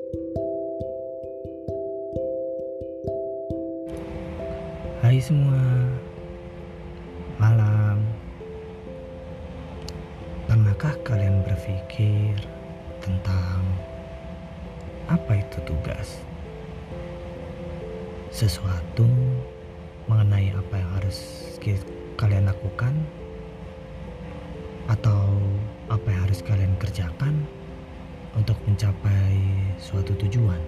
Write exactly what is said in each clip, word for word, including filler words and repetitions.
Hai semua, malam. Pernahkah kalian berpikir tentang apa itu tugas? Sesuatu mengenai apa yang harus kalian lakukan, atau apa yang harus kalian kerjakan untuk mencapai suatu tujuan?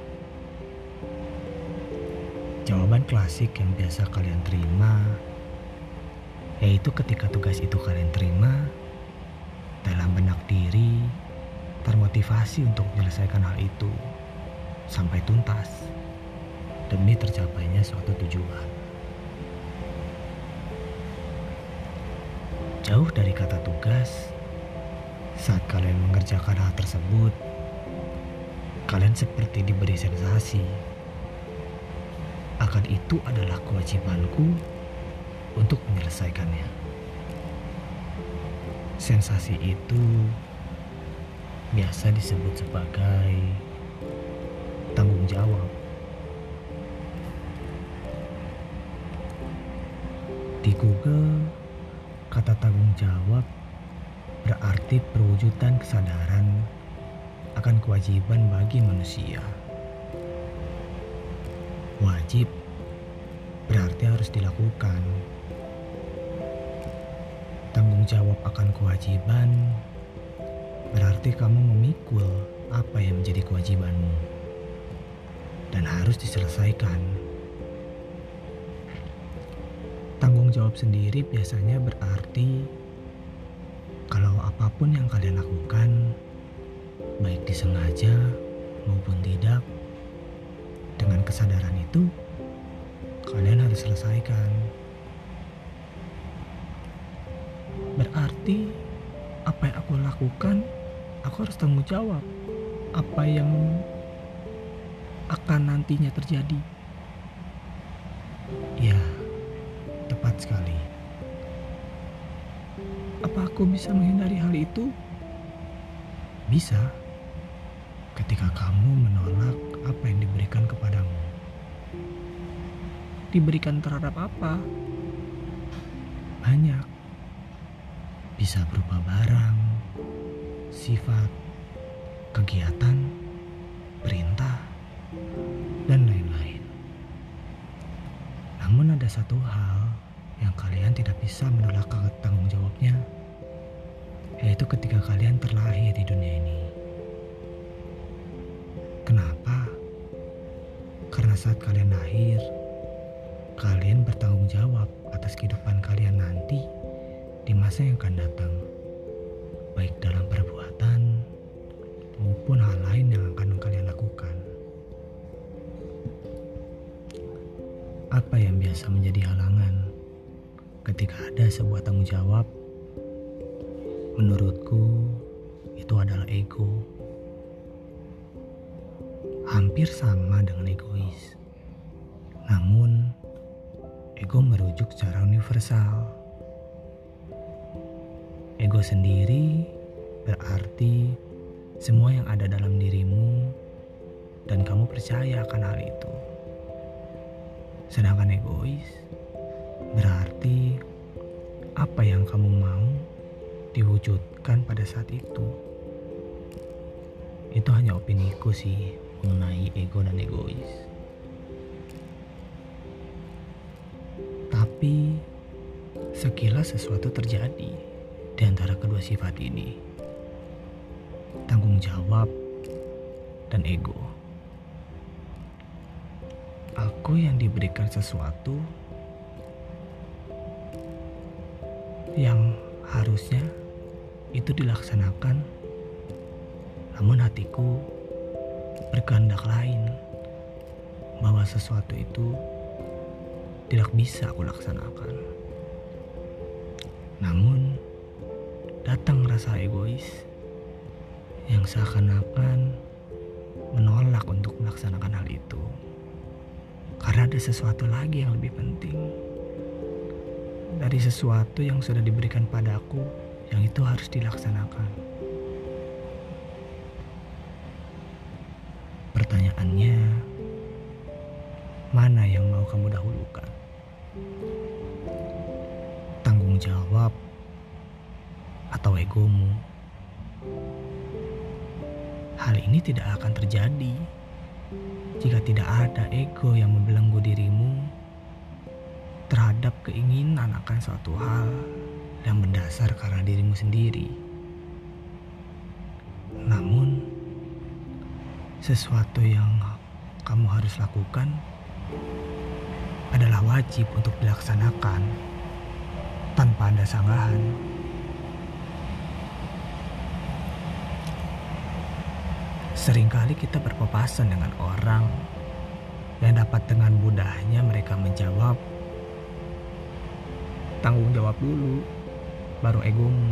Jawaban klasik yang biasa kalian terima yaitu ketika tugas itu kalian terima, dalam benak diri termotivasi untuk menyelesaikan hal itu sampai tuntas demi tercapainya suatu tujuan. Jauh dari kata tugas, saat kalian mengerjakan hal tersebut, kalian seperti diberi sensasi akan itu adalah kewajibanku untuk menyelesaikannya. Sensasi itu biasa disebut sebagai tanggung jawab. Di Google, kata tanggung jawab berarti perwujudan kesadaran akan kewajiban bagi manusia. Wajib berarti harus dilakukan. Tanggung jawab akan kewajiban berarti kamu memikul apa yang menjadi kewajibanmu dan harus diselesaikan. Tanggung jawab sendiri biasanya berarti kalau apapun yang kalian lakukan, baik disengaja maupun tidak, dengan kesadaran itu, kalian harus selesaikan. Berarti apa yang aku lakukan, aku harus tanggung jawab. Apa yang akan nantinya terjadi. Ya, tepat sekali. Apa aku bisa menghindari hal itu? Bisa. Ketika kamu menolak apa yang diberikan kepadamu. Diberikan terhadap apa? Banyak. Bisa berupa barang, sifat, kegiatan, perintah, dan lain-lain. Namun ada satu hal yang kalian tidak bisa menolak tanggung jawabnya, yaitu ketika kalian terlahir di dunia ini. Kenapa? Karena saat kalian lahir, kalian bertanggung jawab atas kehidupan kalian nanti di masa yang akan datang, baik dalam perbuatan maupun hal lain yang akan kalian lakukan. Apa yang biasa menjadi halangan ketika ada sebuah tanggung jawab? Menurutku, itu adalah ego. Hampir sama dengan egois. Namun, ego merujuk secara universal. Ego sendiri berarti semua yang ada dalam dirimu dan kamu percaya akan hal itu. Sedangkan egois berarti apa yang kamu mau diwujudkan pada saat itu. Itu hanya opiniku sih mengenai ego dan egois. Tapi sekilas sesuatu terjadi di antara kedua sifat ini. Tanggung jawab dan ego. Aku yang diberikan sesuatu yang harusnya itu dilaksanakan, namun hatiku berkehendak lain bahwa sesuatu itu tidak bisa aku laksanakan. Namun datang rasa egois yang seakan-akan menolak untuk melaksanakan hal itu karena ada sesuatu lagi yang lebih penting dari sesuatu yang sudah diberikan padaku, yang itu harus dilaksanakan. Pertanyaannya, mana yang mau kamu dahulukan? Tanggung jawab atau egomu? Hal ini tidak akan terjadi jika tidak ada ego yang membelenggu dirimu terhadap keinginan akan suatu hal yang mendasar karena dirimu sendiri. Namun, sesuatu yang kamu harus lakukan adalah wajib untuk dilaksanakan tanpa ada sanggahan. Seringkali kita berpapasan dengan orang yang dapat dengan mudahnya mereka menjawab, tanggung jawab dulu, baru egomu.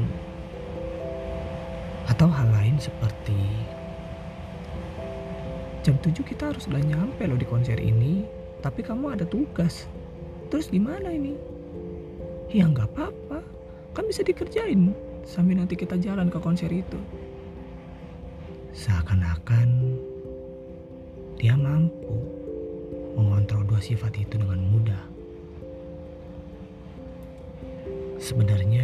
Atau hal lain seperti, jam tujuh kita harus udah nyampe loh di konser ini, tapi kamu ada tugas. Terus gimana ini? Ya nggak apa-apa, kan bisa dikerjain sambil nanti kita jalan ke konser itu. Seakan-akan dia mampu mengontrol dua sifat itu dengan mudah. Sebenarnya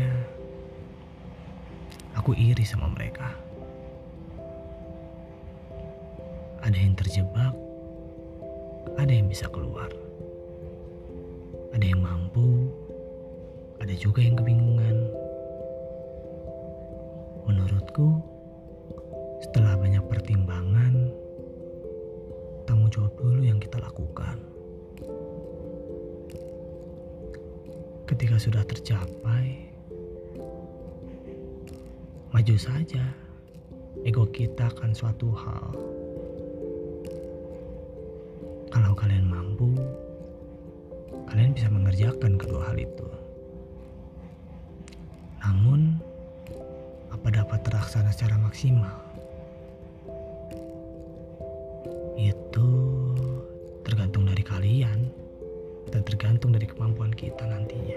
aku iri sama mereka. Ada yang terjebak, ada yang bisa keluar. Ada yang mampu, ada juga yang kebingungan. Menurutku, setelah banyak pertimbangan, tanggung jawab dulu yang kita lakukan. Ketika sudah tercapai, maju saja. Ego kita akan suatu hal. Kalau kalian mampu, kalian bisa mengerjakan kedua hal itu. Namun, apa dapat terlaksana secara maksimal? Itu tergantung dari kalian dan tergantung dari kemampuan kita nantinya.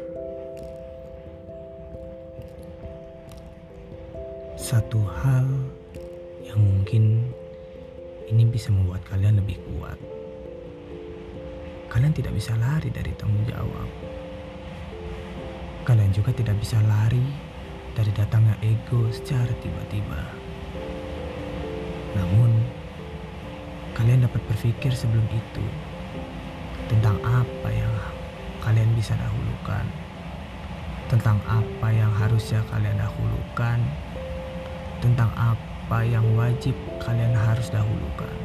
Satu hal yang mungkin ini bisa membuat kalian lebih kuat. Kalian tidak bisa lari dari tanggung jawab. Kalian juga tidak bisa lari dari datangnya ego secara tiba-tiba. Namun, kalian dapat berpikir sebelum itu tentang apa yang kalian bisa dahulukan, tentang apa yang harusnya kalian dahulukan, tentang apa yang wajib kalian harus dahulukan.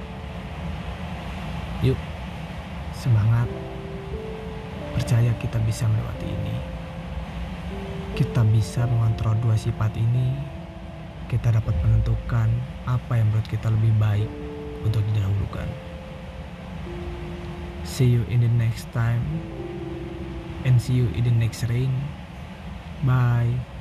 Yuk, semangat. Percaya kita bisa melewati ini. Kita bisa mengontrol dua sifat ini. Kita dapat menentukan apa yang menurut kita lebih baik untuk didahulukan. See you in the next time and see you in the next rain. Bye.